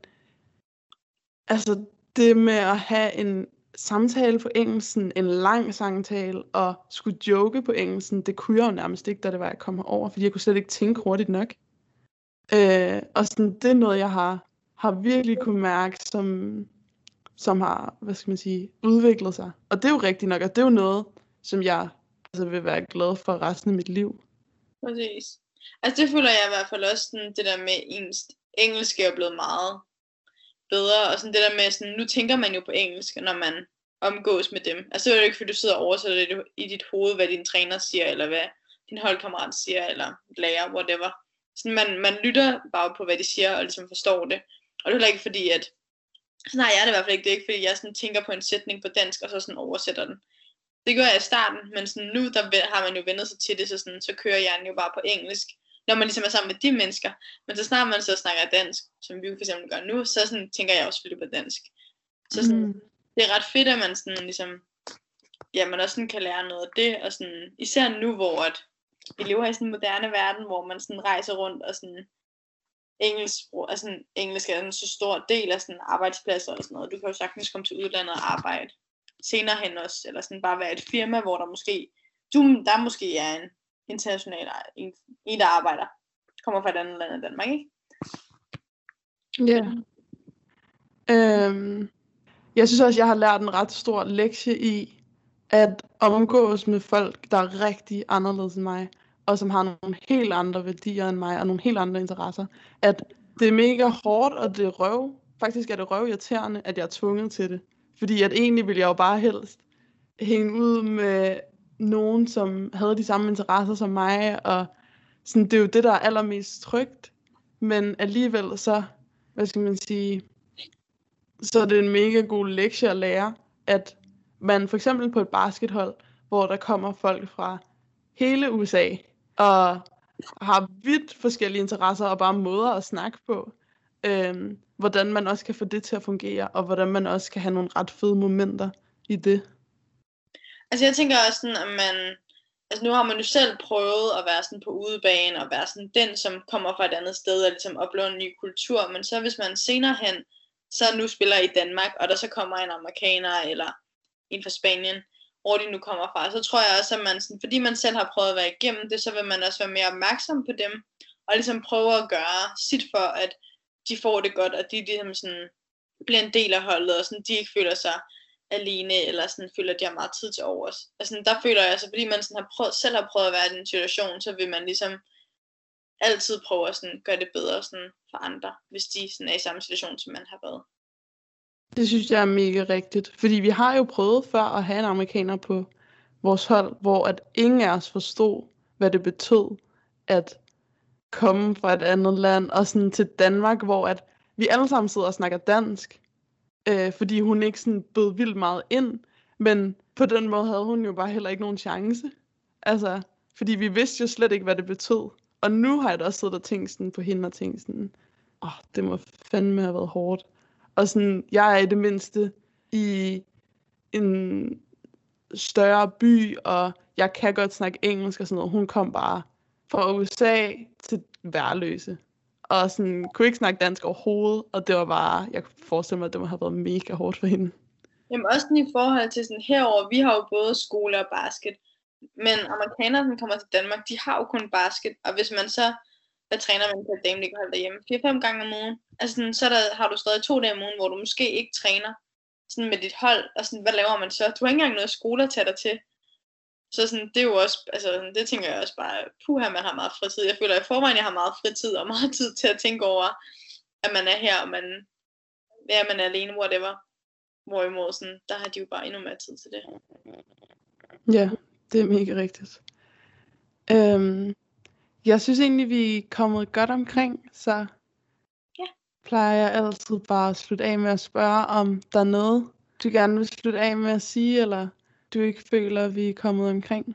altså det med at have en samtale på engelsk, sådan en lang samtale, og skulle joke på engelsk, det kunne jeg jo nærmest ikke, da det var, jeg kom over, fordi jeg kunne slet ikke tænke hurtigt nok. Øh, og sådan, det er noget, jeg har, har virkelig kunne mærke, som, som har, hvad skal man sige, udviklet sig. Og det er jo rigtigt nok, og det er jo noget, som jeg altså, vil være glad for resten af mit liv. Præcis. Altså det føler jeg i hvert fald også, sådan, det der med ens engelsk er blevet meget bedre, og sådan det der med, sådan, nu tænker man jo på engelsk, når man omgås med dem. Altså det er jo ikke, fordi du sidder og oversætter det i dit hoved, hvad din træner siger, eller hvad din holdkammerat siger, eller lærer, whatever. Sådan man, man lytter bare på, hvad de siger, og ligesom forstår det. Og det er heller ikke fordi, at, sådan har jeg det i hvert fald ikke, det er ikke fordi, jeg sådan tænker på en sætning på dansk, og så sådan oversætter den. Det gør jeg i starten, men sådan nu der har man jo vendt sig til det, så, sådan, så kører hjernen jo bare på engelsk, når man ligesom er sammen med de mennesker. Men så snart man så snakker dansk, som vi for eksempel gør nu, så sådan, tænker jeg også selvfølgelig på dansk. Så sådan, mm. det er ret fedt, at man sådan, ligesom, ja, man også sådan kan lære noget af det, og sådan, især nu, hvor at vi lever i sådan en moderne verden, hvor man sådan rejser rundt, og sådan, engelsk, altså, engelsk er en så stor del af sådan arbejdspladser og sådan noget. Du kan jo sagtens komme til udlandet og arbejde senere hen også, eller sådan bare være et firma, hvor der måske, du, der måske er en international, en, en der arbejder, kommer fra et andet land end Danmark, ikke? Ja. Yeah. Øhm, jeg synes også, jeg har lært en ret stor lektie i, at omgås med folk, der er rigtig anderledes end mig, og som har nogle helt andre værdier end mig, og nogle helt andre interesser, at det er mega hårdt, og det er røv, faktisk er det røvirriterende, at jeg er tvunget til det. Fordi at egentlig ville jeg jo bare helst hænge ud med nogen, som havde de samme interesser som mig, og sådan, det er jo det, der er allermest trygt. Men alligevel så, hvad skal man sige, så er det en mega god lektie at lære, at man for eksempel på et baskethold, hvor der kommer folk fra hele U S A, og har vidt forskellige interesser og bare måder at snakke på. Øhm, hvordan man også kan få det til at fungere, og hvordan man også kan have nogle ret fede momenter i det. Altså jeg tænker også sådan, at man, altså nu har man jo selv prøvet at være sådan på udebane, og være sådan den, som kommer fra et andet sted, og ligesom oplever en ny kultur, men så hvis man senere hen, så nu spiller i Danmark, og der så kommer en amerikaner, eller en fra Spanien, hvor de nu kommer fra, så tror jeg også, at man sådan, fordi man selv har prøvet at være igennem det, så vil man også være mere opmærksom på dem, og ligesom prøve at gøre sit for, at de får det godt, og de ligesom sådan bliver en del af holdet, og sådan, de ikke føler sig alene, eller sådan føler, at de har meget tid til overs. Altså, der føler jeg, altså, fordi man sådan har prøvet, selv har prøvet at være i den situation, så vil man ligesom altid prøve at sådan gøre det bedre sådan for andre, hvis de sådan er i samme situation, som man har været. Det synes jeg er mega rigtigt, fordi vi har jo prøvet før at have en amerikaner på vores hold, hvor at ingen af os forstod, hvad det betød at komme fra et andet land, og sådan til Danmark, hvor at vi alle sammen sidder og snakker dansk, øh, fordi hun ikke sådan bød vildt meget ind, men på den måde havde hun jo bare heller ikke nogen chance. Altså, fordi vi vidste jo slet ikke, hvad det betød. Og nu har jeg da også siddet og tænkt sådan på hende og tænkt sådan, åh, oh, det må fandme have været hårdt. Og sådan, jeg er i det mindste i en større by, og jeg kan godt snakke engelsk og sådan noget. Hun kom bare fra U S A til Værløse, og sådan, kunne ikke snakke dansk overhovedet, og det var bare, jeg kunne forestille mig, at det må have været mega hårdt for hende. Jamen også i forhold til sådan herover, vi har jo både skole og basket, men amerikanere, som kommer til Danmark, de har jo kun basket, og hvis man så, hvad træner man til et dameligahold derhjemme, fire-fem gange om ugen, altså sådan, så der, har du stadig to dage om ugen, hvor du måske ikke træner sådan med dit hold, og sådan, hvad laver man så? Du har ikke engang noget skole at tage dig til. Så sådan, det er jo også, altså det tænker jeg også bare, puha, man har meget fritid. Jeg føler i forvejen, jeg har meget fritid og meget tid til at tænke over, at man er her, og man, ja, man er alene, whatever. Hvorimod sådan, der har de jo bare endnu mere tid til det. Ja, det er mega rigtigt. Øhm, jeg synes egentlig, vi er kommet godt omkring, så ja. Plejer jeg altid bare at slutte af med at spørge, om der er noget, du gerne vil slutte af med at sige, eller du ikke føler, at vi er kommet omkring?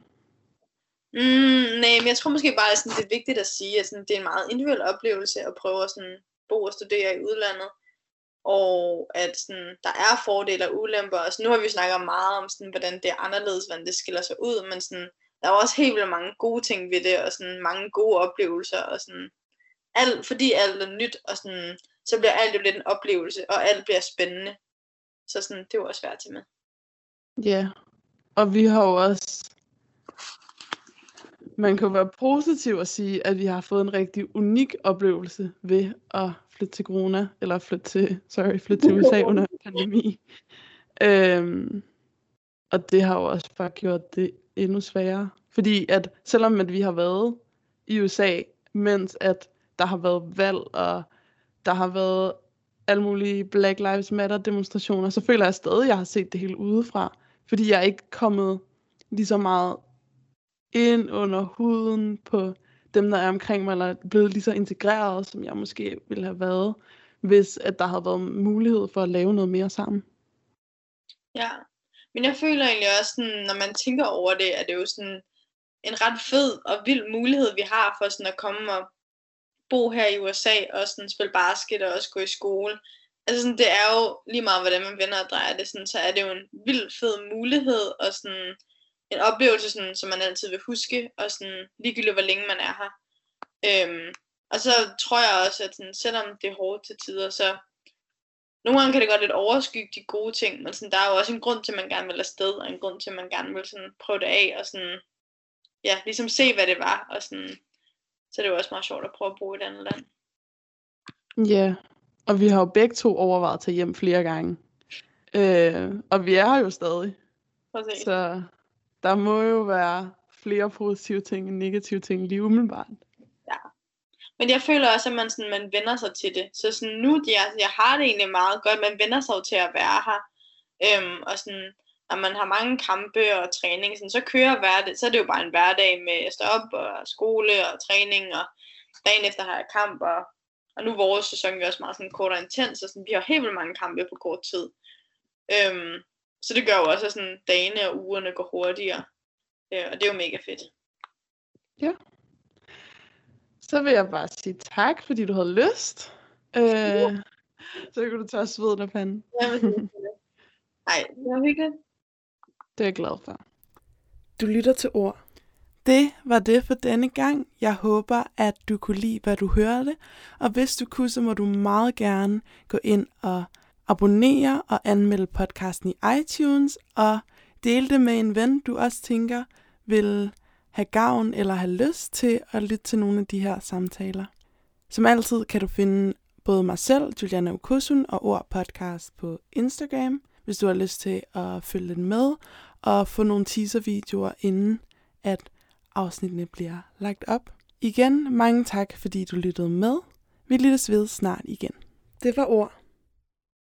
Mm, nej, men jeg tror måske bare, at sådan, det er vigtigt at sige, at sådan, det er en meget individuel oplevelse at prøve at sådan, bo og studere i udlandet. Og at sådan, der er fordele og ulemper. Altså, nu har vi snakket meget om, sådan, hvordan det er anderledes, hvordan det skiller sig ud, men sådan, der er også helt vildt mange gode ting ved det, og sådan, mange gode oplevelser, og sådan, alt, fordi alt er nyt, og sådan, så bliver alt jo lidt en oplevelse, og alt bliver spændende. Så sådan, det er jo også værd til med. Ja, yeah. Og vi har jo også, man kan jo være positiv at sige, at vi har fået en rigtig unik oplevelse ved at flytte til Corona, eller flytte til, sorry, flytte til U S A under pandemi. Øhm, og det har jo også bare gjort det endnu sværere. Fordi at selvom at vi har været i U S A, mens at der har været valg, og der har været alle mulige Black Lives Matter demonstrationer, så føler jeg stadig, at jeg har set det hele udefra. Fordi jeg er ikke kommet lige så meget ind under huden på dem, der er omkring mig, eller blevet lige så integreret, som jeg måske ville have været, hvis at der havde været mulighed for at lave noget mere sammen. Ja, men jeg føler egentlig også, sådan, når man tænker over det, at det er jo sådan en ret fed og vild mulighed, vi har for sådan at komme og bo her i U S A, og sådan spille basket og også gå i skole. Altså sådan, det er jo lige meget, hvordan man vender og drejer det, sådan, så er det jo en vild fed mulighed, og sådan en oplevelse, sådan, som man altid vil huske, og sådan, ligegyldigt hvor længe man er her. Øhm, og så tror jeg også, at sådan, selvom det er hårdt til tider, så nogle gange kan det godt lidt overskygge de gode ting, men sådan, der er jo også en grund til, at man gerne vil afsted, og en grund til, at man gerne vil sådan, prøve det af, og sådan, ja, ligesom se, hvad det var, og sådan, så er det jo også meget sjovt at prøve at bo i et andet land. Ja, og vi har jo begge to overvejet at tage hjem flere gange. Øh, og vi er her jo stadig. Præcis. Så der må jo være flere positive ting end negative ting lige umiddelbart. Ja. Men jeg føler også, at man, sådan, man vender sig til det. Så sådan, nu, jeg, jeg har det egentlig meget godt, man vender sig til at være her. Øhm, og sådan, når man har mange kampe og træning, sådan, så kører hverdag, så er det jo bare en hverdag med at stå op og skole og træning, og dagen efter har jeg kamp, og, og nu vores sæson er også meget sådan kort og intens, og sådan, vi har helt vildt mange kampe på kort tid. Øhm, så det gør jo også, at sådan, dagene og ugerne går hurtigere. Øh, og det er jo mega fedt. Ja. Så vil jeg bare sige tak, fordi du havde lyst. Øh, ja. Så kan du tage sveden af panden. Jamen, det er det. Ej, det var hyggeligt. Det er jeg glad for. Du lytter til Ord. Det var det for denne gang. Jeg håber, at du kunne lide, hvad du hørte. Og hvis du kunne, så må du meget gerne gå ind og abonnere og anmelde podcasten i iTunes. Og dele det med en ven, du også tænker vil have gavn eller have lyst til at lytte til nogle af de her samtaler. Som altid kan du finde både mig selv, Juliana Okusun, og Ord Podcast på Instagram, hvis du har lyst til at følge lidt med og få nogle teaser-videoer, inden at afsnittene bliver lagt op. Igen, mange tak, fordi du lyttede med. Vi lyttes ved snart igen. Det var Ord.